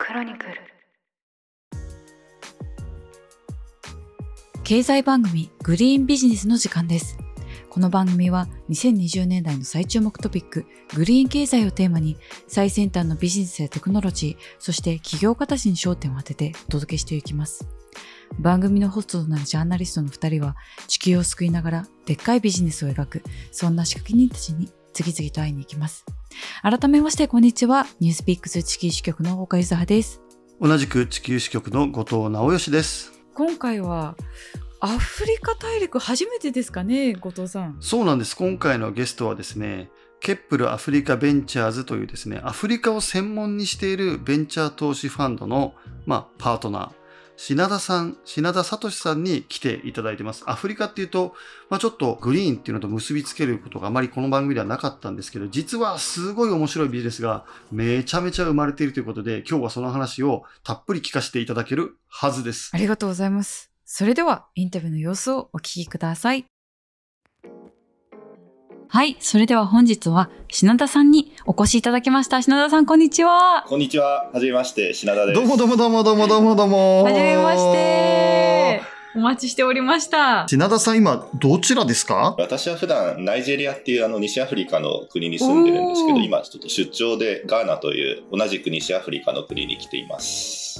クロニクル。 経済番組グリーンビジネスの時間です。この番組は2020年代の最注目トピックグリーン経済をテーマに最先端のビジネスやテクノロジー、そして企業家たちに焦点を当ててお届けしていきます。番組のホストとなるジャーナリストの2人は地球を救いながらでっかいビジネスを描く、そんな仕掛け人たちに次々と会いに行きます。改めましてこんにちは。ニュースピックス地球支局の岡ゆずはです。 同じく地球支局の後藤直義です。 今回はアフリカ大陸初めてですかね、後藤さん。 そうなんです。今回のゲストはですね、ケップルアフリカベンチャーズというですね、アフリカを専門にしているベンチャー投資ファンドの、パートナー、品田聡さんに来ていただいてます。アフリカっていうと、ちょっとグリーンっていうのと結びつけることがあまりこの番組ではなかったんですけど、実はすごい面白いビジネスがめちゃめちゃ生まれているということで、今日はその話をたっぷり聞かせていただけるはずです。 ありがとうございます。それではインタビューの様子をお聞きください。はい、それでは本日は品田さんにお越しいただきました。品田さん、こんにちは。 こんにちは。はじめまして、品田です。 どうも。はじめまして。お待ちしておりました。 品田さん、今どちらですか？ 私は普段ナイジェリアっていう西アフリカの国に住んでるんですけど、今ちょっと出張でガーナという同じく西アフリカの国に来ています。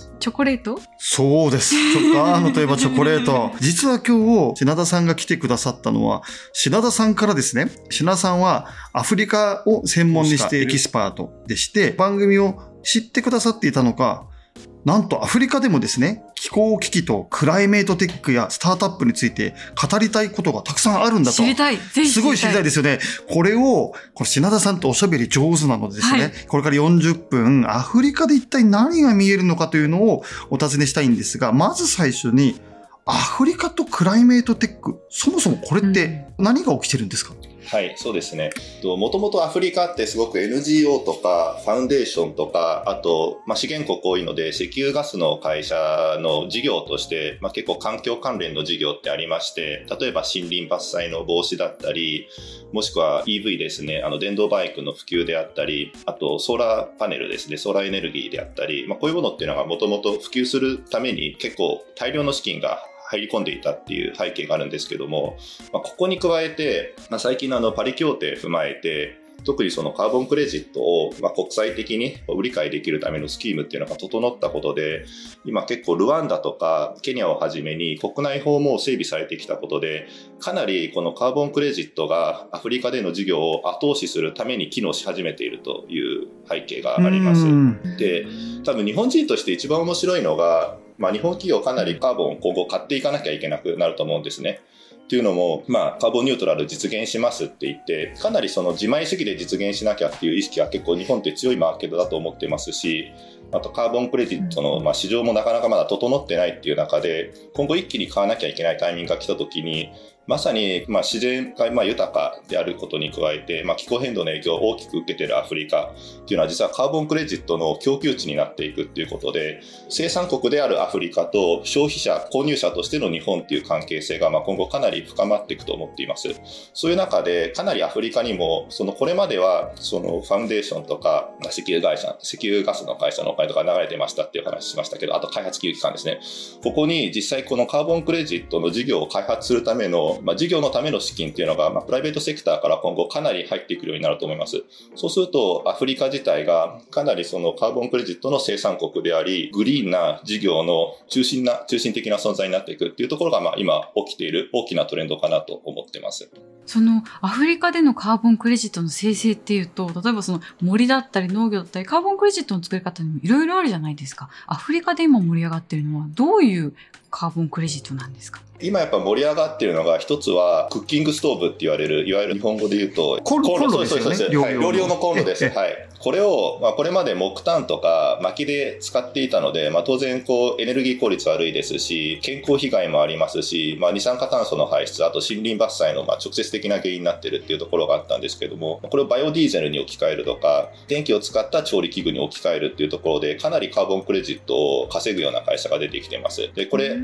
チョコレート？ そうです。ガーナといえばチョコレート。実は今日品田さんが来てくださったのは、品田さんからですね、品田さんはアフリカを専門にしてエキスパートでして、番組を知ってくださっていたのか、なんとアフリカでもですね、気候危機とクライメートテックやスタートアップについて語りたいことがたくさんあるんだと。 知りたい。ぜひ知りたい。 すごい知りたいですよね。これを、品田さんとおしゃべり上手なのでですね、はい、これから40分、アフリカで一体何が見えるのかというのをお尋ねしたいんですが、まず最初に、アフリカとクライメートテック、そもそもこれって何が起きてるんですか？ はい、そうですね。もともとアフリカってすごく NGO とかファウンデーションとか、あと、資源国多いので石油ガスの会社の事業として、結構環境関連の事業ってありまして、例えば森林伐採の防止だったり、もしくは EV ですね、電動バイクの普及であったり、あとソーラーパネルですね、ソーラーエネルギーであったり、こういうものっていうのがもともと普及するために結構大量の資金が入り込んでいたっていう背景があるんですけども、ここに加えて、最近のパリ協定を踏まえて、特にそのカーボンクレジットを国際的に売り買いできるためのスキームっていうのが整ったことで、今結構ルワンダとかケニアをはじめに国内法も整備されてきたことで、かなりこのカーボンクレジットがアフリカでの事業を後押しするために機能し始めているという背景があります。で、多分日本人として一番面白いのが、日本企業かなりカーボンを今後買っていかなきゃいけなくなると思うんですね。っていうのも、カーボンニュートラル実現しますって言って、かなりその自前主義で実現しなきゃっていう意識は結構日本って強いマーケットだと思ってますし、あとカーボンクレジットの市場もなかなかまだ整ってないっていう中で、今後一気に買わなきゃいけないタイミングが来た時に、まさに自然が豊かであることに加えて、気候変動の影響を大きく受けているアフリカっていうのは実はカーボンクレジットの供給地になっていくっていうことで、生産国であるアフリカと消費者、購入者としての日本っていう関係性が今後かなり深まっていくと思っています。そういう中でかなりアフリカにもこれまではそのファウンデーションとか石油ガスの会社のお金とか流れてましたっていう話しましたけど、あと開発企業機関ですね。ここに実際このカーボンクレジットの事業を開発するための事業のための資金っていうのが、プライベートセクターから今後かなり入ってくるようになると思います。そうするとアフリカ自体がかなりそのカーボンクレジットの生産国であり、グリーンな事業の中心的な存在になっていくっていうところが、今起きている大きなトレンドかなと思ってます。 そのアフリカでのカーボンクレジットの生成っていうと、例えばその森だったり農業だったりカーボンクレジットの作り方にもいろいろあるじゃないですか。アフリカで今盛り上がっているのはどういうカーボンクレジットなんですか？ 今やっぱ盛り上がっているのが、一つはクッキングストーブって言われる、いわゆる日本語で言うとコンロですよね。 料理用のコンロです。はい。これを、これまで木炭とか薪で使っていたので、当然エネルギー効率悪いですし、健康被害もありますし、二酸化炭素の排出、あと森林伐採の直接的な原因になっているっていうところがあったんですけども、これをバイオディーゼルに置き換えるとか、電気を使った調理器具に置き換えるっていうところで、かなりカーボンクレジットを稼ぐような会社が出てきています。で、これ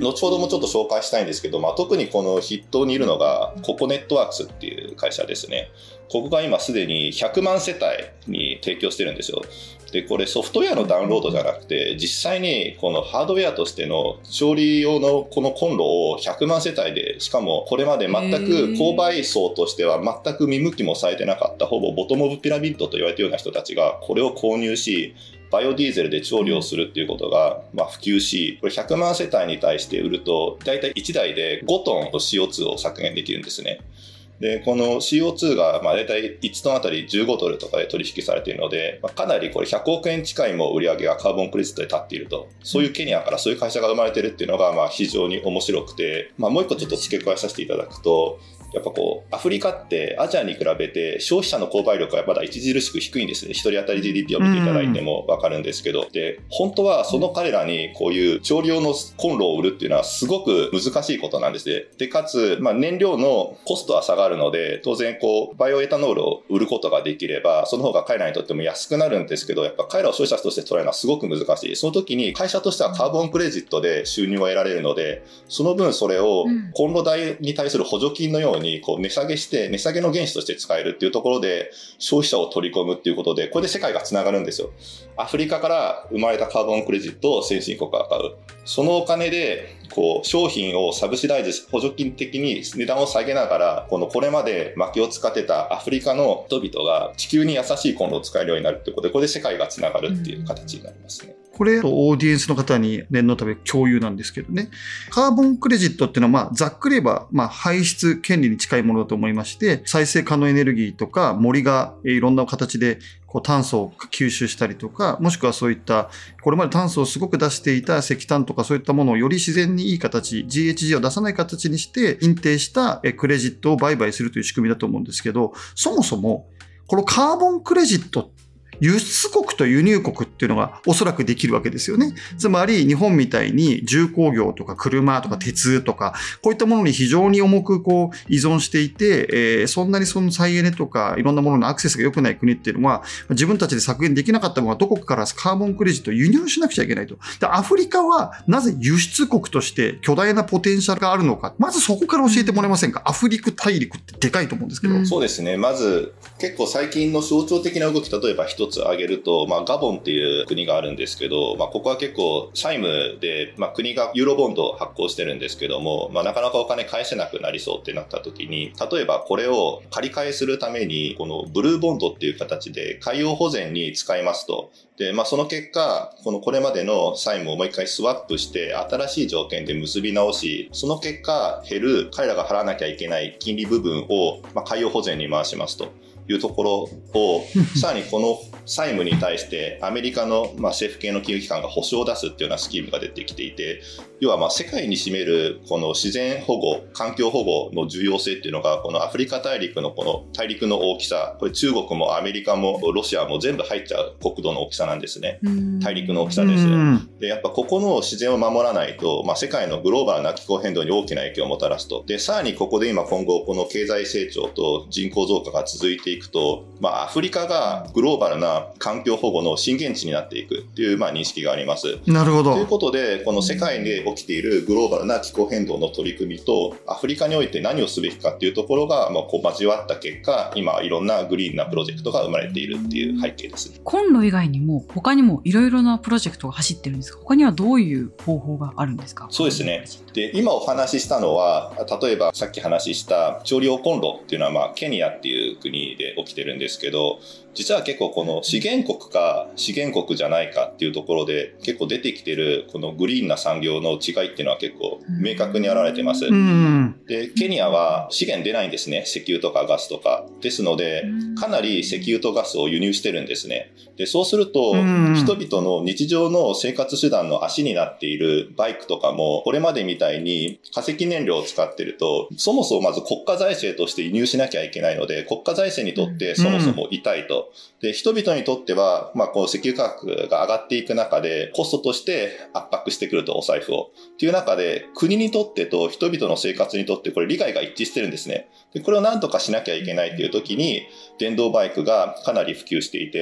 後ほどもちょっと紹介したいんですけど、特にこの筆頭にいるのがココネットワークスっていう会社ですね。ここが今すでに100万世帯に提供してるんですよ。で、これソフトウェアのダウンロードじゃなくて、実際にこのハードウェアとしての調理用のこのコンロを100万世帯で、しかもこれまで全く購買層としては全く見向きもされてなかった、ほぼボトムオブピラミッドと言われているような人たちがこれを購入し、バイオディーゼルで調理をするっていうことが普及し、これ100万世帯に対して売ると、だいたい1台で5トンの CO2 を削減できるんですね。で、この CO2 がだいたい1トンあたり15ドルとかで取引されているので、かなりこれ100億円近いも売り上げがカーボンクレジットで立っていると。そういうケニアからそういう会社が生まれているっていうのが非常に面白くて、もう一個ちょっと付け加えさせていただくと、やっぱアフリカってアジアに比べて消費者の購買力がまだ著しく低いんですね。一人当たり GDP を見ていただいてもわかるんですけど。で、本当はその彼らにこういう調理用のコンロを売るっていうのはすごく難しいことなんですね。で、かつ、燃料のコストは下がるので、当然バイオエタノールを売ることができれば、その方が彼らにとっても安くなるんですけど、やっぱ彼らを消費者として捉えるのはすごく難しい。その時に会社としてはカーボンクレジットで収入を得られるので、その分それをコンロ代に対する補助金のように値下げの原資として使えるっていうところで消費者を取り込むっていうことで、これで世界がつながるんですよ。アフリカから生まれたカーボンクレジットを先進国が買う。そのお金で商品をサブシダイズ、補助金的に値段を下げながら、これまで薪を使ってたアフリカの人々が地球に優しいコンロを使えるようになるってことで、これで世界がつながるっていう形になりますね。 これ、オーディエンスの方に念のため共有なんですけどね。カーボンクレジットっていうのは、ざっくり言えば、排出権利に近いものだと思いまして、再生可能エネルギーとか、森がいろんな形で炭素を吸収したりとか、もしくはそういった、これまで炭素をすごく出していた石炭とかそういったものをより自然にいい形、GHG を出さない形にして認定したクレジットを売買するという仕組みだと思うんですけど、そもそも、このカーボンクレジット輸出国と輸入国っていうのがおそらくできるわけですよね。つまり日本みたいに重工業とか車とか鉄とかこういったものに非常に重く依存していて、そんなに再エネとかいろんなもののアクセスが良くない国っていうのは自分たちで削減できなかったものがどこかからカーボンクレジットを輸入しなくちゃいけないと。で、アフリカはなぜ輸出国として巨大なポテンシャルがあるのか。まずそこから教えてもらえませんか。アフリカ大陸ってでかいと思うんですけど。 そうですね。まず結構最近の象徴的な動き、例えば一つ挙げると、ガボンっていう国があるんですけど、ここは結構債務で、国がユーロボンドを発行してるんですけども、なかなかお金返せなくなりそうってなった時に、例えばこれを借り換えするために、このブルーボンドっていう形で海洋保全に使いますと。で、その結果、これまでの債務をもう一回スワップして、新しい条件で結び直し、その結果、減る彼らが払わなきゃいけない金利部分を、海洋保全に回しますというところを、さらにこの債務に対してアメリカの政府系の金融機関が保証を出すっていうようなスキームが出てきていて、要は世界に占めるこの自然保護、環境保護の重要性っていうのが、このアフリカ大陸のこの大陸の大きさ、これ中国もアメリカもロシアも全部入っちゃう国土の大きさなんですね。大陸の大きさです。で、やっぱここの自然を守らないと、世界のグローバルな気候変動に大きな影響をもたらすと。で、さらにここで今後この経済成長と人口増加が続いていくと、アフリカがグローバルな環境保護の震源地になっていくっていう認識があります。 なるほど。 ということで、この世界で起きているグローバルな気候変動の取り組みと、アフリカにおいて何をすべきかっていうところが、交わった結果、今いろんなグリーンなプロジェクトが生まれているっていう背景です。 コンロ以外にも他にもいろいろなプロジェクトが走ってるんですか？他にはどういう方法があるんですか？ そうですね。で、今お話ししたのは、例えばさっき話した調理用コンロっていうのは、ケニアっていう国で起きてるんですけど、実は結構この資源国か資源国じゃないかっていうところで結構出てきてるこのグリーンな産業の違いっていうのは結構明確に現れてます。で、ケニアは資源出ないんですね。石油とかガスとか。ですので、かなり石油とガスを輸入してるんですね。で、そうすると、人々の日常の生活手段の足になっているバイクとかも、これまでみたいに化石燃料を使ってると、そもそもまず国家財政として輸入しなきゃいけないので、国家財政にとってそもそも痛いと。で、人々にとっては、こう石油価格が上がっていく中で、コストとして圧迫してくると、お財布を。っていう中で、国にとってと人々の生活にとって、これ利害が一致してるんですね。で、これを何とかしなきゃいけないっていう時に、電動バイクがかなり普及していて、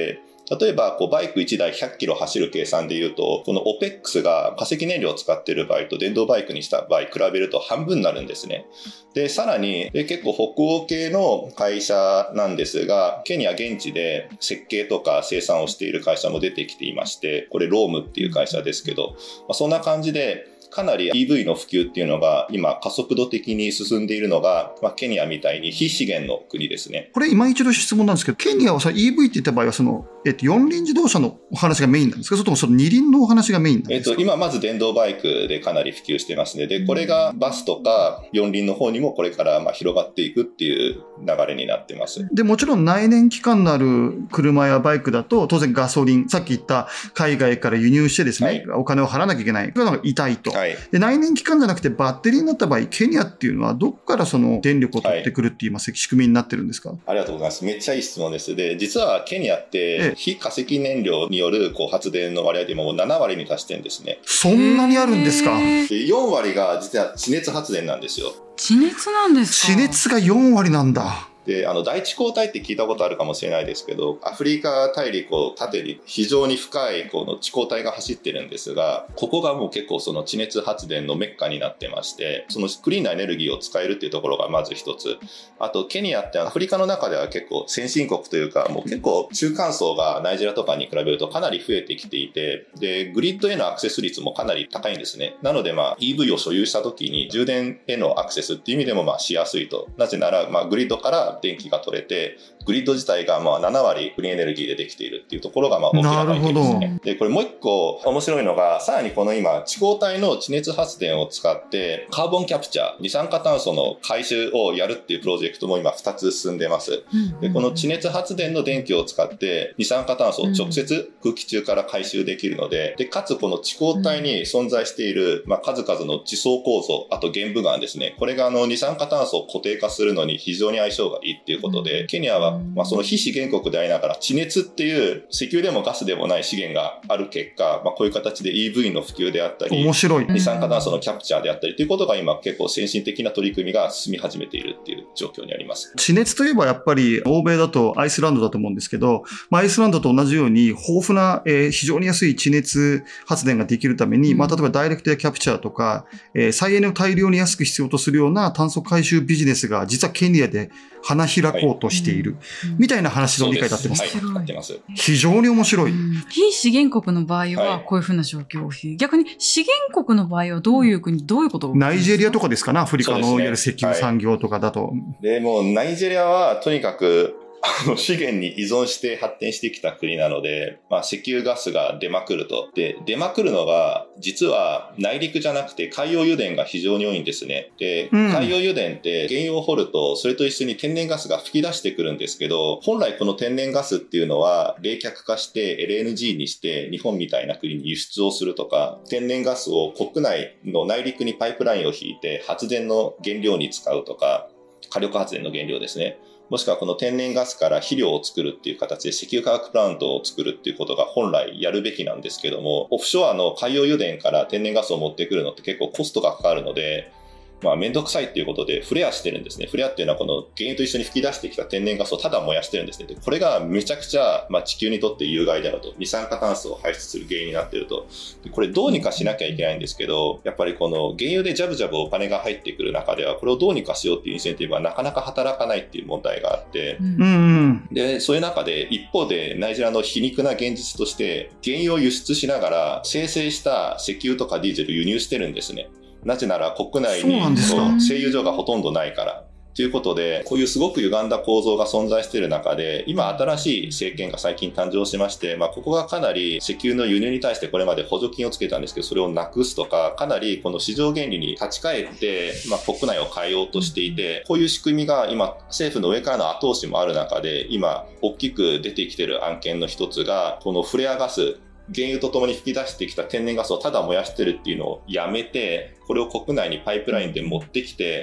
例えばバイク1台100キロ走る計算で言うと、この OPEX が化石燃料を使っている場合と電動バイクにした場合比べると半分になるんですね。で、さらに結構北欧系の会社なんですが、ケニア現地で設計とか生産をしている会社も出てきていまして、これロームっていう会社ですけど、そんな感じでかなり EV の普及っていうのが今加速度的に進んでいるのが、ケニアみたいに非資源の国ですね。 これ今一度質問なんですけど、ケニアはEV って言った場合は四輪自動車のお話がメインなんですか、それとも二輪のお話がメインなんですか？ 今まず電動バイクでかなり普及してますね。で、これがバスとか四輪の方にもこれから広がっていくっていう流れになってます。 で、もちろん内燃機関のある車やバイクだと当然ガソリン、さっき言った海外から輸入してですね、はい、お金を払わなきゃいけない。それが痛いと。はい、で、内燃機関じゃなくてバッテリーになった場合、ケニアっていうのはどこからその電力を取ってくるって言います、仕組みになってるんですか？ ありがとうございます。めっちゃいい質問です。で、実はケニアって非化石燃料による発電の割合でもう7割に達してるんですね。 そんなにあるんですか？ で、4割が実は地熱発電なんですよ。 地熱なんですか？ 地熱が4割なんだ。 で、大地溝帯って聞いたことあるかもしれないですけど、アフリカ大陸を縦に非常に深い地溝帯が走ってるんですが、ここがもう結構その地熱発電のメッカになってまして、そのクリーンなエネルギーを使えるっていうところがまず一つ。あと、ケニアってアフリカの中では結構先進国というか、もう結構中間層がナイジェリアとかに比べるとかなり増えてきていて、で、グリッドへのアクセス率もかなり高いんですね。なのでEV を所有した時に充電へのアクセスっていう意味でもしやすいと。なぜならグリッドから電気が取れて、グリッド自体が7割クリーンエネルギーでできているっていうところが大きな背景ですね。で、これもう一個面白いのが、さらにこの今地溝帯の地熱発電を使ってカーボンキャプチャー、二酸化炭素の回収をやるっていうプロジェクトも今2つ進んでます。で、この地熱発電の電気を使って二酸化炭素を直接空気中から回収できるので、でかつこの地溝帯に存在している数々の地層構造、あと玄武岩ですね。これが二酸化炭素を固定化するのに非常に相性がいいっていうことで、ケニアはその非資源国でありながら地熱っていう石油でもガスでもない資源がある結果、こういう形で EV の普及であったり、 面白い二酸化炭素のキャプチャーであったりということが今結構先進的な取り組みが進み始めているっていう状況にあります。 地熱といえばやっぱり欧米だとアイスランドだと思うんですけど、アイスランドと同じように豊富な、非常に安い地熱発電ができるために、例えばダイレクトエアキャプチャーとか、再エネを大量に安く必要とするような炭素回収ビジネスが実はケニアで花開こうとしている、みたいな話の理解になってます。 はい、ってます。 非常に面白い。 非資源国の場合はこういうふうな状況、逆に資源国の場合はどういう国、どういうことが起きるんですか？ナイジェリアとかですかね、アフリカのいわゆる石油産業とかだと。 で、もうナイジェリアはとにかく資源に依存して発展してきた国なので、石油ガスが出まくると。で、出まくるのが、実は内陸じゃなくて海洋油田が非常に多いんですね。で、海洋油田って原油を掘ると、それと一緒に天然ガスが噴き出してくるんですけど、本来この天然ガスっていうのは冷却化して LNG にして日本みたいな国に輸出をするとか、天然ガスを国内の内陸にパイプラインを引いて発電の原料に使うとか、火力発電の原料ですね。もしくはこの天然ガスから肥料を作るっていう形で石油化学プラントを作るっていうことが本来やるべきなんですけども、オフショアの海洋油田から天然ガスを持ってくるのって結構コストがかかるので、めんどくさいっていうことでフレアしてるんですね。フレアっていうのはこの原油と一緒に吹き出してきた天然ガスをただ燃やしてるんですね。で、これがめちゃくちゃ、地球にとって有害であると。二酸化炭素を排出する原因になっていると。で、これどうにかしなきゃいけないんですけど、やっぱりこの原油でジャブジャブお金が入ってくる中では、これをどうにかしようっていうインセンティブはなかなか働かないっていう問題があって、で、そういう中で一方でナイジェリアの皮肉な現実として原油を輸出しながら生成した石油とかディーゼルを輸入してるんですね。なぜなら国内に製油所がほとんどないから。ということで、こういうすごく歪んだ構造が存在している中で、今新しい政権が最近誕生しまして、ここがかなり石油の輸入に対してこれまで補助金をつけたんですけど、それをなくすとか、かなりこの市場原理に立ち返って、国内を変えようとしていて、こういう仕組みが今、政府の上からの後押しもある中で、今、大きく出てきている案件の一つが、このフレアガス、原油とともに吹き出してきた天然ガスをただ燃やしてるっていうのをやめて、これを国内にパイプラインで持ってきて、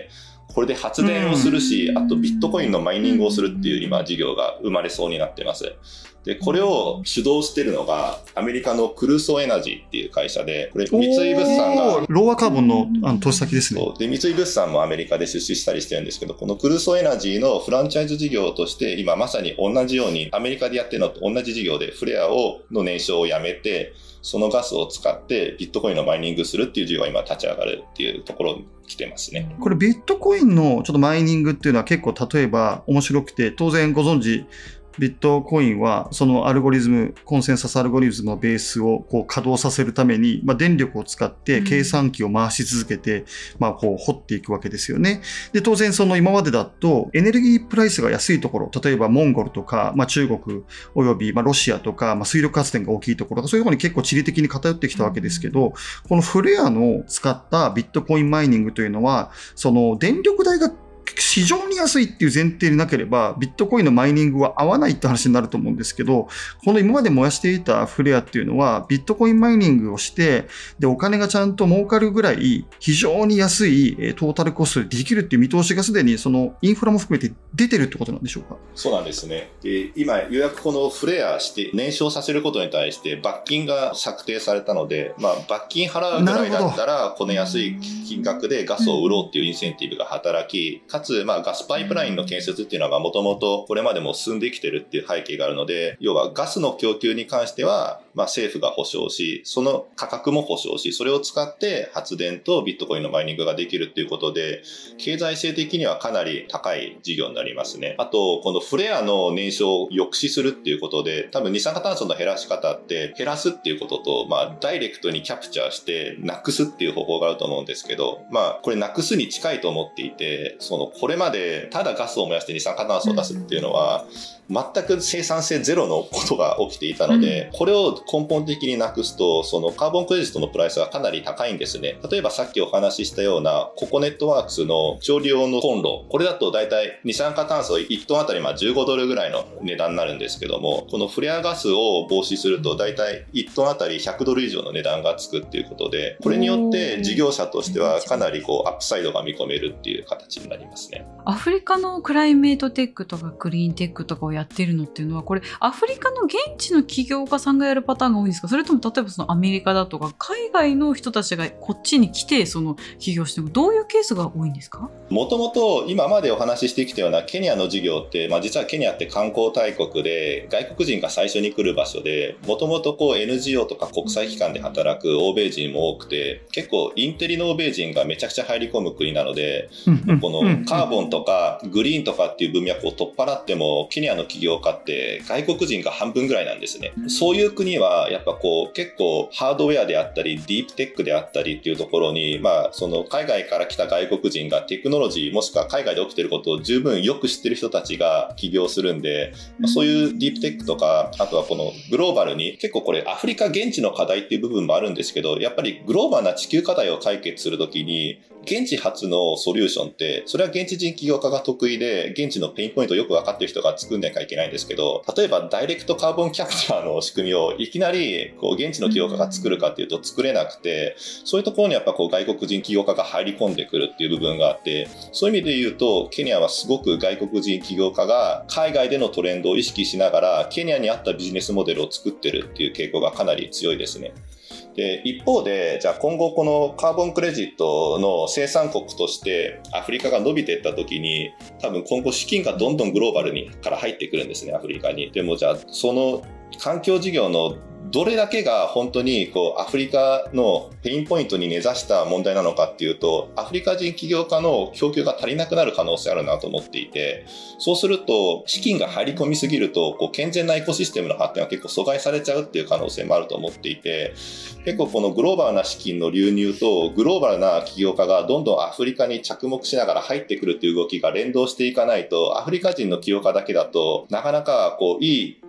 これで発電をするし、あとビットコインのマイニングをするっていう今事業が生まれそうになってます。で、これを主導してるのがアメリカのクルーソーエナジーっていう会社で、これ三井物産がローワーカーボンの投資先ですね。 で、三井物産もアメリカで出資したりしてるんですけど、このクルーソーエナジーのフランチャイズ事業として今まさに同じようにアメリカでやってるのと同じ事業でフレアの燃焼をやめて、そのガスを使ってビットコインのマイニングするっていう事業が今立ち上がるっていうところに来てますね。 これビットコインのちょっとマイニングっていうのは結構例えば面白くて、当然ご存知、ビットコインはそのアルゴリズム、コンセンサスアルゴリズムのベースをこう稼働させるために、電力を使って計算機を回し続けて、こう掘っていくわけですよね。で、当然その今までだとエネルギープライスが安いところ、例えばモンゴルとか、中国およびロシアとか、水力発電が大きいところ、そういうところに結構地理的に偏ってきたわけですけど、このフレアの使ったビットコインマイニングというのは、その電力代が非常に安いっていう前提でなければビットコインのマイニングは合わないって話になると思うんですけど、この今まで燃やしていたフレアっていうのはビットコインマイニングをして、でお金がちゃんと儲かるぐらい非常に安いトータルコストでできるっていう見通しがすでにそのインフラも含めて出てるってことなんでしょうか？ そうなんですね。で、今ようやくこのフレアして燃焼させることに対して罰金が策定されたので、罰金払うぐらいだったらこの安い金額でガスを売ろうっていうインセンティブが働き、かつガスパイプラインの建設っていうのがもともとこれまでも進んできてるっていう背景があるので、要はガスの供給に関しては政府が保証し、その価格も保証し、それを使って発電とビットコインのマイニングができるっていうことで、経済性的にはかなり高い事業になりますね。あと、このフレアの燃焼を抑止するっていうことで、多分二酸化炭素の減らし方って減らすっていうことと、ダイレクトにキャプチャーしてなくすっていう方法があると思うんですけど、これなくすに近いと思っていて、これまでただガスを燃やして二酸化炭素を出すっていうのは、全く生産性ゼロのことが起きていたので、これを根本的になくすと、そのカーボンクレジットのプライスがかなり高いんですね。例えばさっきお話ししたようなココネットワークスの調理用のコンロ、これだとだいたい二酸化炭素1トンあたり15ドルぐらいの値段になるんですけども、このフレアガスを防止するとだいたい1トンあたり100ドル以上の値段がつくっていうことで、これによって事業者としてはかなりアップサイドが見込めるっていう形になりますね。 アフリカのクライメートテックとかクリーンテックとかをやってるのっていうのは、これアフリカの現地の起業家さんがやるパターンが多いんですか？それとも例えばそのアメリカだとか海外の人たちがこっちに来てその起業してる、どういうケースが多いんですか？ もともと今までお話ししてきたようなケニアの事業って、実はケニアって観光大国で外国人が最初に来る場所で、もともとNGO とか国際機関で働く欧米人も多くて、結構インテリの欧米人がめちゃくちゃ入り込む国なので、このカーボンとかグリーンとかっていう文脈を取っ払っても、ケニアの起業家って外国人が半分ぐらいなんですね。そういう国はやっぱ結構ハードウェアであったりディープテックであったりっていうところに、その海外から来た外国人がテクノロジーもしくは海外で起きてることを十分よく知ってる人たちが起業するんで、そういうディープテックとか、あとはこのグローバルに、結構これアフリカ現地の課題っていう部分もあるんですけど、やっぱりグローバルな地球課題を解決するときに現地発のソリューションって、それは現地人起業家が得意で現地のペインポイントをよく分かってる人が作んなきゃいけないんですけど、例えばダイレクトカーボンキャプチャーの仕組みをいきなり現地の起業家が作るかっていうと作れなくて、そういうところにやっぱ外国人起業家が入り込んでくるっていう部分があって、そういう意味で言うとケニアはすごく外国人起業家が海外でのトレンドを意識しながらケニアに合ったビジネスモデルを作ってるっていう傾向がかなり強いですね。で、一方で、じゃあ今後このカーボンクレジットの生産国としてアフリカが伸びていった時に、多分今後資金がどんどんグローバルにから入ってくるんですね、アフリカに。でもじゃあその環境事業のどれだけが本当にアフリカのペインポイントに根ざした問題なのかっていうと、アフリカ人起業家の供給が足りなくなる可能性あるなと思っていて、そうすると資金が入り込みすぎると健全なエコシステムの発展は結構阻害されちゃうっていう可能性もあると思っていて、結構このグローバルな資金の流入とグローバルな起業家がどんどんアフリカに着目しながら入ってくるっていう動きが連動していかないと、アフリカ人の起業家だけだとなかなかいい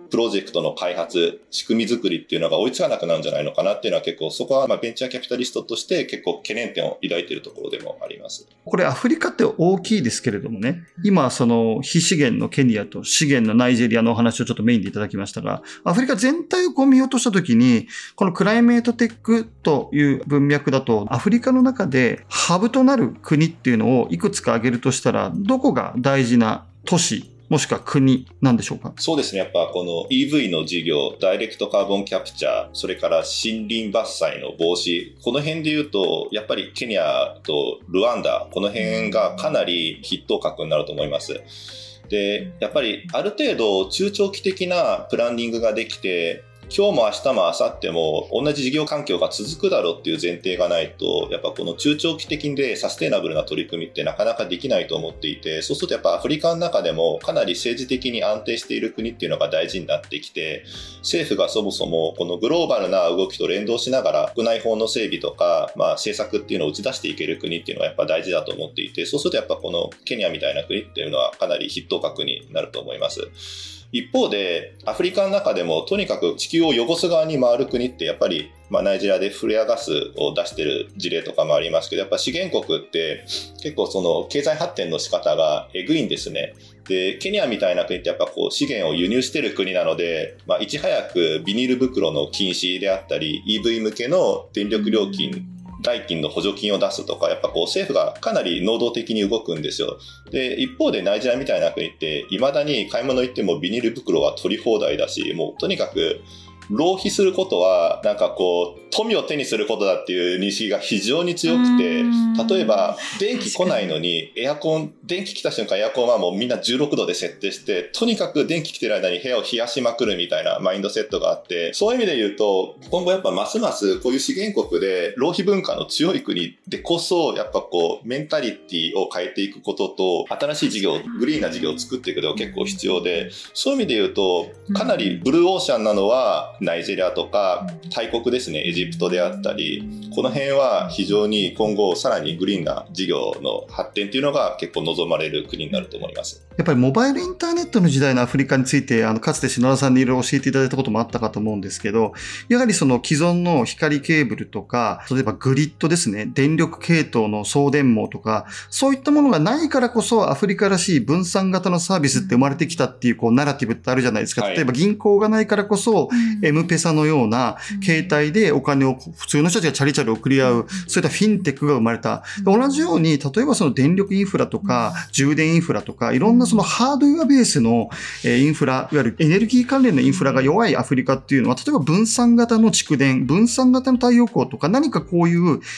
プロジェクトの開発、仕組み作りっていうのが追いつかなくなるんじゃないのかなっていうのは結構そこはベンチャーキャピタリストとして結構懸念点を抱いているところでもあります。 これアフリカって大きいですけれどもね、今その非資源のケニアと資源のナイジェリアのお話をちょっとメインでいただきましたが、アフリカ全体を見ようとしたときに、このクライメートテックという文脈だと、アフリカの中でハブとなる国っていうのをいくつか挙げるとしたら、どこが大事な都市もしくは国なんでしょうか？ そうですね。やっぱこの EV の事業、ダイレクトカーボンキャプチャー、それから森林伐採の防止、この辺で言うと、やっぱりケニアとルワンダ、この辺がかなり筆頭格になると思います。で、やっぱりある程度中長期的なプランニングができて、今日も明日も明後日も同じ事業環境が続くだろうっていう前提がないと、やっぱこの中長期的でサステイナブルな取り組みってなかなかできないと思っていて、そうするとやっぱアフリカの中でもかなり政治的に安定している国っていうのが大事になってきて、政府がそもそもこのグローバルな動きと連動しながら国内法の整備とか、政策っていうのを打ち出していける国っていうのはやっぱ大事だと思っていて、そうするとやっぱこのケニアみたいな国っていうのはかなり筆頭格になると思います。一方で、アフリカの中でもとにかく地球を汚す側に回る国ってやっぱり、ナイジェリアでフレアガスを出してる事例とかもありますけど、やっぱ資源国って結構その経済発展の仕方がえぐいんですね。で、ケニアみたいな国ってやっぱこう資源を輸入してる国なので、いち早くビニール袋の禁止であったり、EV 向けの電力料金代金の補助金を出すとか、やっぱこう政府がかなり能動的に動くんですよ。で、一方でナイジェリアみたいな国って未だに買い物行ってもビニール袋は取り放題だし、もうとにかく浪費することはなんかこう富を手にすることだっていう認識が非常に強くて、例えば電気来ないのに電気来た瞬間エアコンはもうみんな16度で設定して、とにかく電気来てる間に部屋を冷やしまくるみたいなマインドセットがあって、そういう意味で言うと今後やっぱますますこういう資源国で浪費文化の強い国でこそやっぱこうメンタリティを変えていくことと、新しい事業、グリーンな事業を作っていくのが結構必要で、そういう意味で言うとかなりブルーオーシャンなのはナイジェリアとか大国ですね、エジプトであったり、この辺は非常に今後さらにグリーンな事業の発展っていうのが結構望まれる国になると思います。 やっぱりモバイルインターネットの時代のアフリカについてかつて篠田さんにいろいろ教えていただいたこともあったかと思うんですけど、やはりその既存の光ケーブルとか、例えばグリッドですね、電力系統の送電網とか、そういったものがないからこそアフリカらしい分散型のサービスって生まれてきたっていうナラティブってあるじゃないですか。例えば銀行がないからこそ、Mペサのような携帯でお金を普通の人たちがチャリチャリ送り合う、そういったフィンテックが生まれた。同じように、例えばその電力インフラとか、充電インフラとか、いろんなそのハードウェアベースのインフラ、いわゆるエネルギー関連のインフラが弱いアフリカっていうのは、例えば分散型の蓄電、分散型の太陽光とか、何かこういう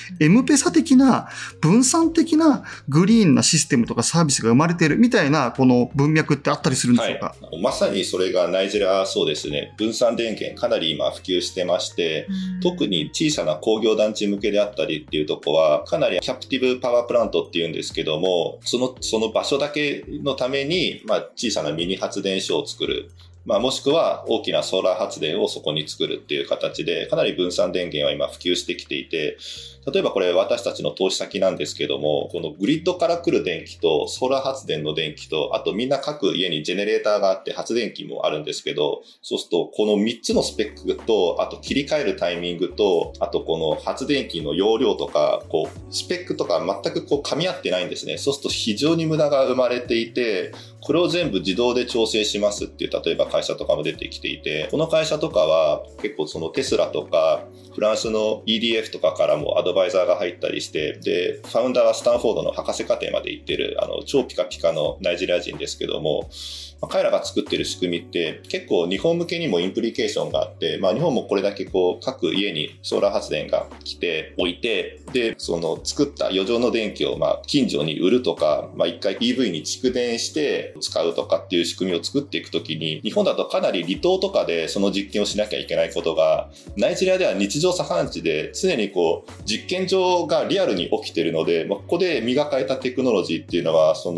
Mペサ的な、分散的なグリーンなシステムとかサービスが生まれているみたいな、この文脈ってあったりするんでしょうか？ まさにそれがナイジェリア、そうですね。分散電源かなり今普及してまして、特に小さな工業団地向けであったりっていうとこは、かなりキャプティブパワープラントっていうんですけども、その場所だけのために、小さなミニ発電所を作る。もしくは大きなソーラー発電をそこに作るっていう形で、かなり分散電源は今普及してきていて、例えばこれ私たちの投資先なんですけども、このグリッドから来る電気とソーラー発電の電気と、あとみんな各家にジェネレーターがあって発電機もあるんですけど、そうするとこの3つのスペックと、あと切り替えるタイミングと、あとこの発電機の容量とか、スペックとか全く噛み合ってないんですね。そうすると非常に無駄が生まれていて、これを全部自動で調整しますっていう、例えば会社とかも出てきていて、この会社とかは結構そのテスラとかフランスの EDF とかからもアドバイザーが入ったりして、で、ファウンダーはスタンフォードの博士課程まで行ってる、超ピカピカのナイジェリア人ですけども、彼らが作ってる仕組みって結構日本向けにもインプリケーションがあって、日本もこれだけ各家にソーラー発電が来ておいて、で、その作った余剰の電気を近所に売るとか、一回 EV に蓄電して使うとかっていう仕組みを作っていくときに、日本だとかなり離島とかでその実験をしなきゃいけないことが、ナイジェリアでは日常茶飯事で常に実験場がリアルに起きているので、ここで磨かれたテクノロジーっていうのは、その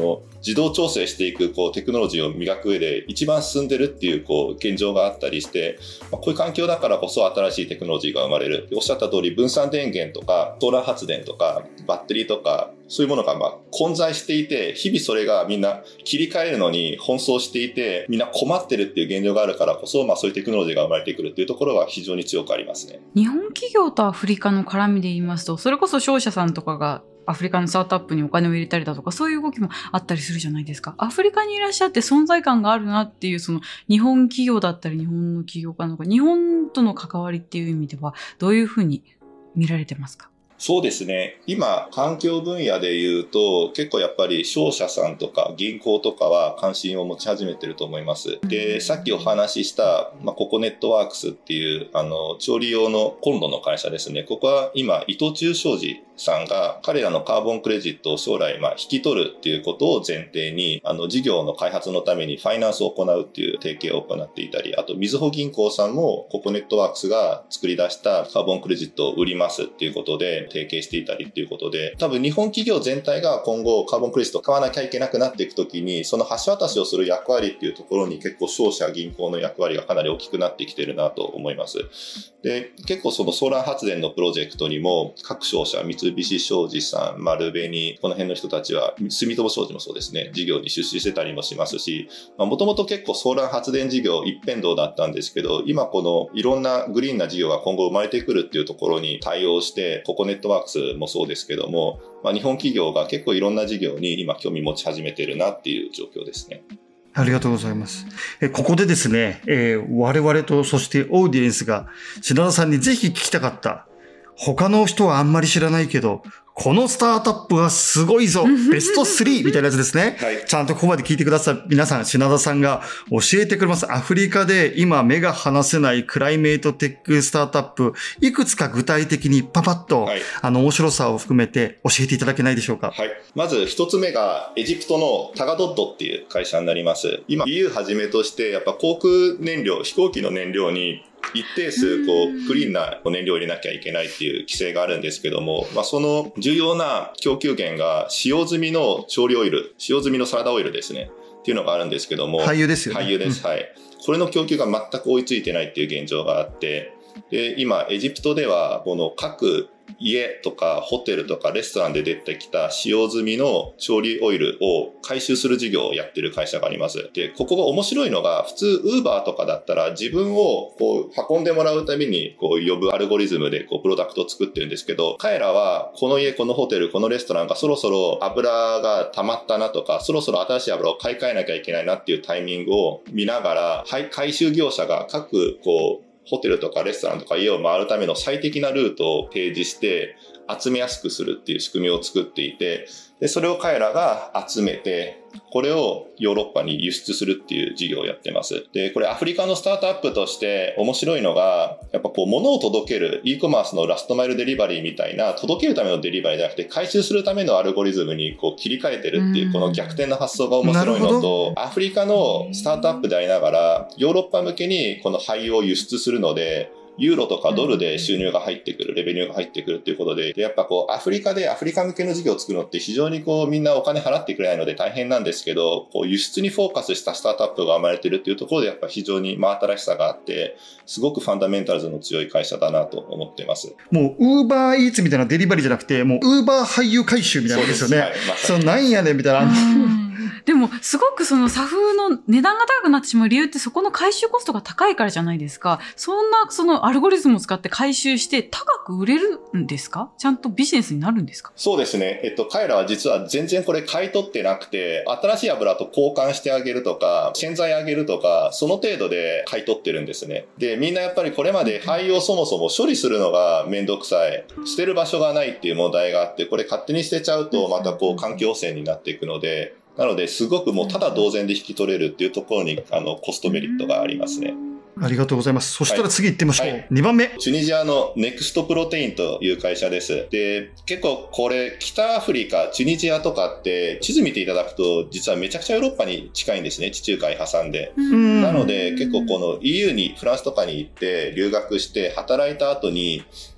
自動調整していくテクノロジーを磨く上で一番進んでるっていう現状があったりして、こういう環境だからこそ新しいテクノロジーが生まれる。おっしゃった通り分散電源とかソーラー発電とかバッテリーとかそういうものが混在していて、日々それがみんな切り替えるのに奔走していて、みんな困ってるっていう現状があるからこそ、そういうテクノロジーが生まれてくるっていうところは非常に強くありますね。 日本企業とアフリカの絡みで言いますと、それこそ商社さんとかがアフリカのスタートアップにお金を入れたりだとか、そういう動きもあったりするじゃないですか。アフリカにいらっしゃって存在感があるなっていう、その日本企業だったり日本の企業家の日本との関わりっていう意味ではどういうふうに見られてますか？ そうですね。今、環境分野で言うと、結構やっぱり商社さんとか銀行とかは関心を持ち始めてると思います。で、さっきお話しした、ココネットワークスっていう、調理用のコンロの会社ですね。ここは今、伊藤忠商事さんが彼らのカーボンクレジットを将来引き取るっていうことを前提に事業の開発のためにファイナンスを行うっていう提携を行っていたり、あとみずほ銀行さんもココネットワークスが作り出したカーボンクレジットを売りますっていうことで提携していたりっていうことで、多分日本企業全体が今後カーボンクレジットを買わなきゃいけなくなっていくときに、その橋渡しをする役割っていうところに結構商社銀行の役割がかなり大きくなってきてるなと思います。で、結構そのソーラー発電のプロジェクトにも各商社、三菱商事さん、丸紅、この辺の人たちは、住友商事もそうですね、事業に出資してたりもしますし、もともと結構ソーラー発電事業一辺倒だったんですけど、今このいろんなグリーンな事業が今後生まれてくるっていうところに対応して、ココネットワークスもそうですけども、日本企業が結構いろんな事業に今興味持ち始めてるなっていう状況ですね。 ありがとうございます。ここでですね、我々とそしてオーディエンスが品田さんにぜひ聞きたかった、他の人はあんまり知らないけど、このスタートアップはすごいぞベスト3みたいなやつですね、はい、ちゃんとここまで聞いてください。皆さん、品田さんが教えてくれます。アフリカで今目が離せないクライメートテックスタートアップ、いくつか具体的にパパッと、はい、面白さを含めて教えていただけないでしょうか。 はい。まず一つ目がエジプトのタガドッドっていう会社になります。今 EU はじめとしてやっぱ航空燃料、飛行機の燃料に一定数クリーンな燃料を入れなきゃいけないっていう規制があるんですけども、その重要な供給源が使用済みの調理オイル、使用済みのサラダオイルですねっていうのがあるんですけども、 廃油ですよね。 廃油です、はい。これの供給が全く追いついてないっていう現状があって、で今エジプトではこの各家とかホテルとかレストランで出てきた使用済みの調理オイルを回収する事業をやってる会社があります。で、ここが面白いのが、普通ウーバーとかだったら自分を運んでもらうために呼ぶアルゴリズムでプロダクトを作ってるんですけど、彼らはこの家、このホテル、このレストランがそろそろ油が溜まったなとか、そろそろ新しい油を買い替えなきゃいけないなっていうタイミングを見ながら、回収業者が各ホテルとかレストランとか家を回るための最適なルートを提示して集めやすくするっていう仕組みを作っていて、でそれを彼らが集めて、これをヨーロッパに輸出するっていう事業をやってます。で、これアフリカのスタートアップとして面白いのが、やっぱ物を届ける e コマースのラストマイルデリバリーみたいな、届けるためのデリバリーじゃなくて回収するためのアルゴリズムに切り替えてるっていう、この逆転の発想が面白いのと、アフリカのスタートアップでありながらヨーロッパ向けにこの廃油を輸出するので、ユーロとかドルで収入が入ってくる、レベニューが入ってくるっていうことで、やっぱアフリカでアフリカ向けの事業を作るのって非常にみんなお金払ってくれないので大変なんですけど、輸出にフォーカスしたスタートアップが生まれてるっていうところでやっぱ非常に真新しさがあって、すごくファンダメンタルズの強い会社だなと思ってます。 もう、ウーバーイーツみたいなデリバリーじゃなくて、もう、ウーバー廃油回収みたいなですよね。はい、まさになんやねんみたいな。 でも、すごくそのSAFの値段が高くなってしまう理由って、そこの回収コストが高いからじゃないですか。そのアルゴリズムを使って回収して高く売れるんですか？ちゃんとビジネスになるんですか？ そうですね。彼らは実は全然これ買い取ってなくて、新しい油と交換してあげるとか、洗剤あげるとか、その程度で買い取ってるんですね。で、みんなやっぱりこれまで廃油をそもそも処理するのがめんどくさい。捨てる場所がないっていう問題があって、これ勝手に捨てちゃうとまた環境汚染になっていくので、なので、すごくもうただ同然で引き取れるっていうところに、コストメリットがありますね。 ありがとうございます。そしたら次行ってみましょう。はい、2番目。 チュニジアのネクストプロテインという会社です。で、結構これ、北アフリカ、チュニジアとかって、地図見ていただくと、実はめちゃくちゃヨーロッパに近いんですね。地中海挟んで。なので、結構この EU に、フランスとかに行って、留学して、働いた後に、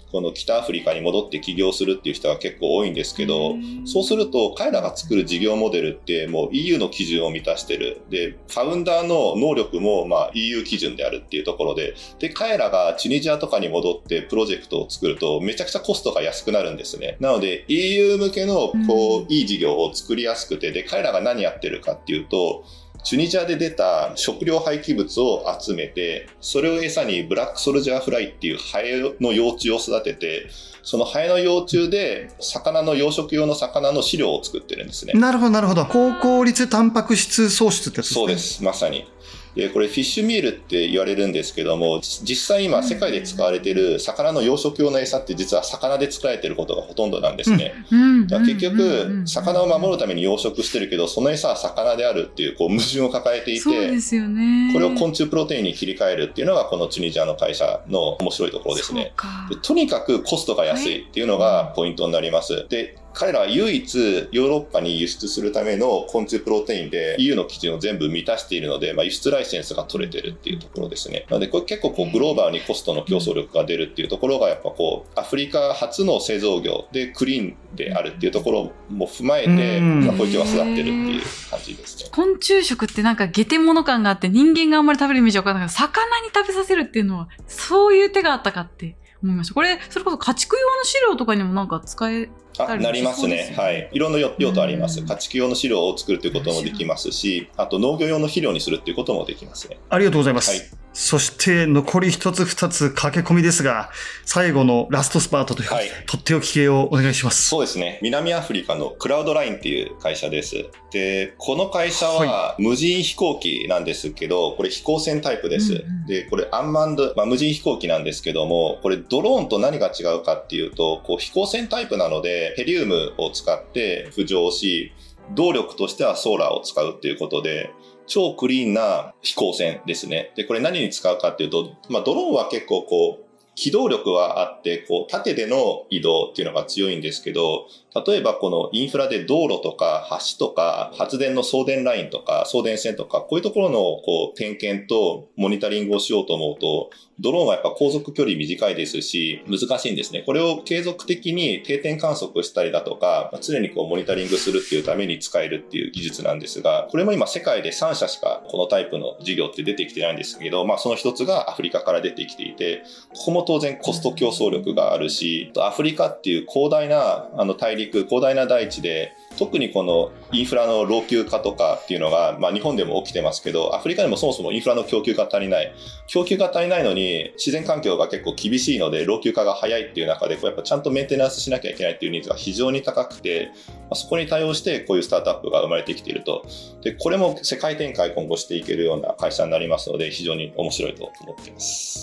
この北アフリカに戻って起業するっていう人が結構多いんですけど、そうすると彼らが作る事業モデルってもう EU の基準を満たしてる。で、ファウンダーの能力もEU 基準であるっていうところで、彼らがチュニジアとかに戻ってプロジェクトを作るとめちゃくちゃコストが安くなるんですね。なので EU 向けのいい事業を作りやすくて、で、彼らが何やってるかっていうと、チュニジアで出た食料廃棄物を集めて、それを餌にブラックソルジャーフライっていうハエの幼虫を育てて、そのハエの幼虫で魚の養殖用の魚の飼料を作ってるんですね。 なるほどなるほど。高効率タンパク質創出ってやつですね。 そうです、まさに。で、これフィッシュミールって言われるんですけども、実際今世界で使われている魚の養殖用の餌って実は魚で作られていることがほとんどなんですね。だから結局、魚を守るために養殖してるけど、その餌は魚であるっていう矛盾を抱えていて、 そうですよね。 これを昆虫プロテインに切り替えるっていうのがこのチュニジアの会社の面白いところですね。で、とにかくコストが安いっていうのがポイントになります。で、彼らは唯一ヨーロッパに輸出するための昆虫プロテインで EU の基準を全部満たしているので、輸出ライセンスが取れてるっていうところですね。なのでこれ結構グローバルにコストの競争力が出るっていうところがやっぱアフリカ初の製造業でクリーンであるっていうところも踏まえて、小池は育ってるっていう感じですね。 昆虫食ってなんか下手物感があって人間があんまり食べるイメージわからないけど、魚に食べさせるっていうのはそういう手があったかって思いました。これそれこそ家畜用の飼料とかにもなんか使えなりますね。はい。いろんな用途あります。家畜用の飼料を作るということもできますし、あと農業用の肥料にするということもできますね。 ありがとうございます。 はい。 そして残り一つ二つ駆け込みですが、最後のラストスパートというか、とっておき系をお願いします。 そうですね。南アフリカのクラウドラインっていう会社です。で、この会社は無人飛行機なんですけど、これ飛行船タイプです。で、これアンマンド、無人飛行機なんですけども、これドローンと何が違うかっていうと、飛行船タイプなので、ヘリウムを使って浮上し、動力としてはソーラーを使うっていうことで、超クリーンな飛行船ですね。で、これ何に使うかっていうと、ドローンは結構機動力はあって、縦での移動っていうのが強いんですけど、例えばこのインフラで道路とか橋とか発電の送電ラインとか送電線とか、こういうところの点検とモニタリングをしようと思うと、ドローンはやっぱ航続距離短いですし、難しいんですね。これを継続的に定点観測したりだとか、常にモニタリングするっていうために使えるっていう技術なんですが、これも今世界で3社しかこのタイプの事業って出てきてないんですけど、その一つがアフリカから出てきていて、ここも当然コスト競争力があるし、アフリカっていう広大な大陸、広大な大地で、特にこのインフラの老朽化とかっていうのが、日本でも起きてますけど、アフリカでもそもそもインフラの供給が足りない。供給が足りないのに、自然環境が結構厳しいので、老朽化が早いっていう中で、やっぱちゃんとメンテナンスしなきゃいけないっていうニーズが非常に高くて、そこに対応してこういうスタートアップが生まれてきていると。で、これも世界展開今後していけるような会社になりますので、非常に面白いと思っています。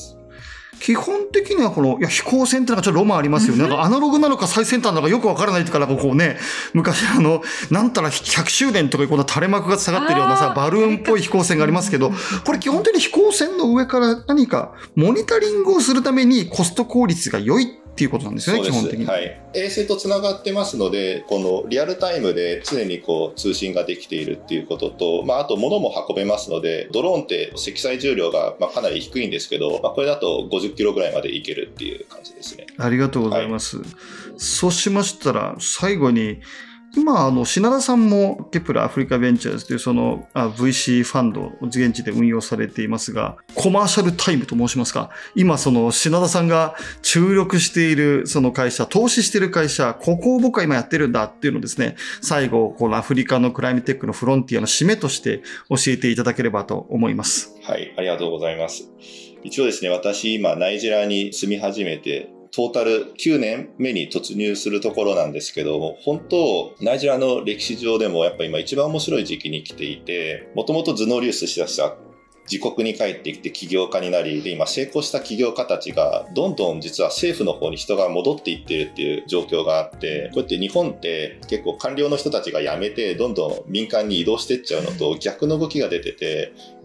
基本的には飛行船ってのがちょっとロマンありますよね。なんかアナログなのか最先端なのかよくわからないってから、昔なんたら100周年とか垂れ幕が下がってるようなバルーンっぽい飛行船がありますけど、これ基本的に飛行船の上から何かモニタリングをするためにコスト効率が良いっていうことなんですよね、基本的に。 はい。衛星とつながってますので、このリアルタイムで常に通信ができているっていうことと、あと物も運べますので、ドローンって積載重量がかなり低いんですけど、これだと50キロぐらいまでいけるっていう感じですね。 ありがとうございます。はい、そうしましたら、最後に、今、品田さんもケプラアフリカベンチャーズというVC ファンドを現地で運用されていますが、コマーシャルタイムと申しますか、今品田さんが注力しているその会社、投資している会社、ここを僕は今やってるんだっていうのをですね、最後、このアフリカのクライムテックのフロンティアの締めとして教えていただければと思います。 はい、ありがとうございます。一応ですね、私今ナイジェリアに住み始めて、トータル9年目に突入するところなんですけども、本当、ナイジェリアの歴史上でもやっぱ今一番面白い時期に来ていて、もともと頭脳流出しだした自国に帰ってきて起業家になり、で今成功した起業家たちがどんどん実は政府の方に人が戻っていってるっていう状況があって、こうやって日本って結構官僚の人たちが辞めてどんどん民間に移動していっちゃうのと逆の動きが出てて、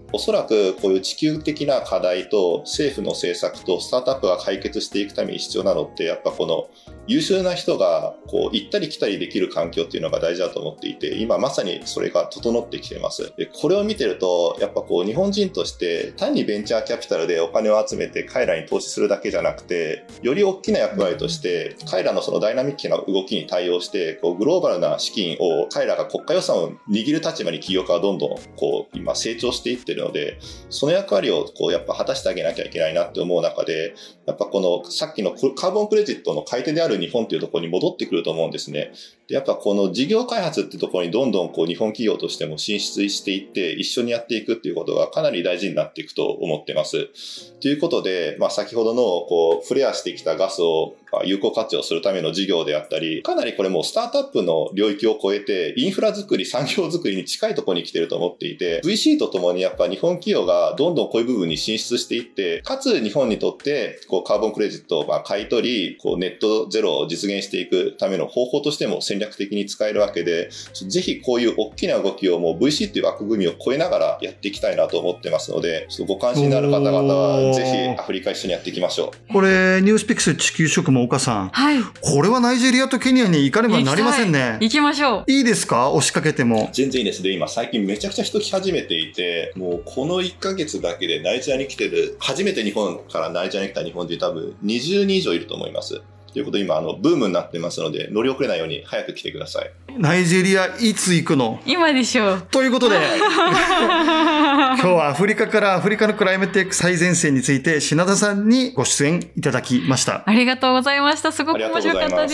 おそらくこういう地球的な課題と政府の政策とスタートアップが解決していくために必要なのって、やっぱこの優秀な人がこう行ったり来たりできる環境っていうのが大事だと思っていて、今まさにそれが整ってきています。で、これを見てると、やっぱこう日本人として単にベンチャーキャピタルでお金を集めて彼らに投資するだけじゃなくて、より大きな役割として彼らのそのダイナミックな動きに対応して、こうグローバルな資金を彼らが国家予算を握る立場に企業家はどんどんこう今成長していってるので、その役割をこうやっぱ果たしてあげなきゃいけないなって思う中で、やっぱこのさっきのカーボンクレジットの買い手である日本っていうところに戻ってくると思うんですね。で、やっぱこの事業開発っていうところにどんどんこう日本企業としても進出していって一緒にやっていくっていうことがかなり大事になっていくと思ってます。ということで、先ほどのこうフレアしてきたガスを有効活用するための事業であったり、かなりこれもうスタートアップの領域を超えてインフラ作り、産業作りに近いところに来てると思っていて、VC とともにやっぱ日本企業がどんどんこういう部分に進出していって、かつ日本にとってこうカーボンクレジットを買い取り、こうネットゼロを実現していくための方法としても戦略的に使えるわけで、ぜひこういう大きな動きをもう VC っていう枠組みを超えながらやっていきたいなと思ってますので、ご関心のある方々はぜひアフリカ一緒にやっていきましょう。 これニュースピックス地球職務岡さん、 はい、 これはナイジェリアとケニアに行かねばなりませんね。 行きましょう。 いいですか、押しかけても。 全然いいですね。今最近めちゃくちゃ人来始めていて、もうこの1ヶ月だけでナイジェリアに来てる、初めて日本からナイジェリアに来た日本人多分20人以上いると思います。ということで今ブームになってますので、乗り遅れないように早く来てください。 ナイジェリアいつ行くの？ 今でしょう。 ということで今日はアフリカからアフリカのクライメットテック最前線について品田さんにご出演いただきました。 ありがとうございました。すごく面白かったです。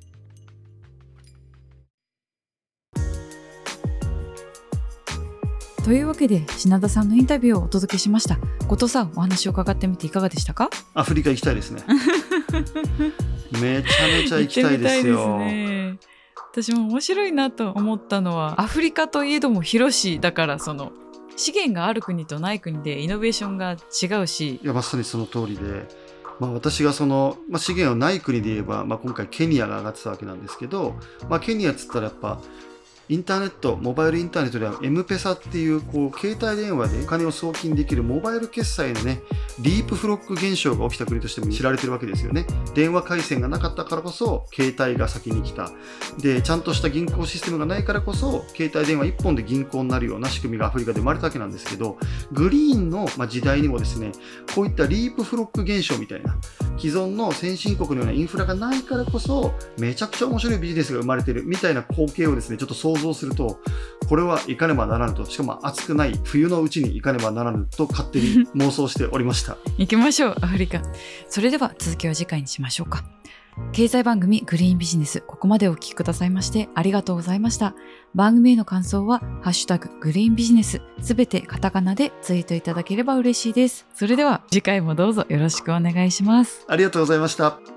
というわけで品田さんのインタビューをお届けしました。後藤さん、お話を伺ってみていかがでしたか？ アフリカ行きたいですね。めちゃめちゃ行きたいですよ。 行ってみたいですね。私も面白いなと思ったのは、アフリカといえども広しだから、その資源がある国とない国でイノベーションが違うし。 いや、まさにその通りで、私がその、資源をない国で言えば、今回ケニアが上がってたわけなんですけど、ケニアっつったらやっぱインターネット、モバイルインターネットでは M-PESA っていう、携帯電話でお金を送金できるモバイル決済のね、ディープフロック現象が起きた国としても知られてるわけですよね。電話回線がなかったからこそ、携帯が先に来た。で、ちゃんとした銀行システムがないからこそ、携帯電話1本で銀行になるような仕組みがアフリカで生まれたわけなんですけど、グリーンの時代にもですね、こういったディープフロック現象みたいな、既存の先進国のようなインフラがないからこそ、めちゃくちゃ面白いビジネスが生まれているみたいな光景をですね、ちょっと想像すると、これは行かねばならぬと、しかも暑くない冬のうちに行かねばならぬと勝手に妄想しておりました。 行きましょう、アフリカ。それでは続きは次回にしましょうか。経済番組グリーンビジネス、ここまでお聞きくださいましてありがとうございました。番組への感想はハッシュタググリーンビジネス、すべてカタカナでツイートいただければ嬉しいです。それでは次回もどうぞよろしくお願いします。 ありがとうございました。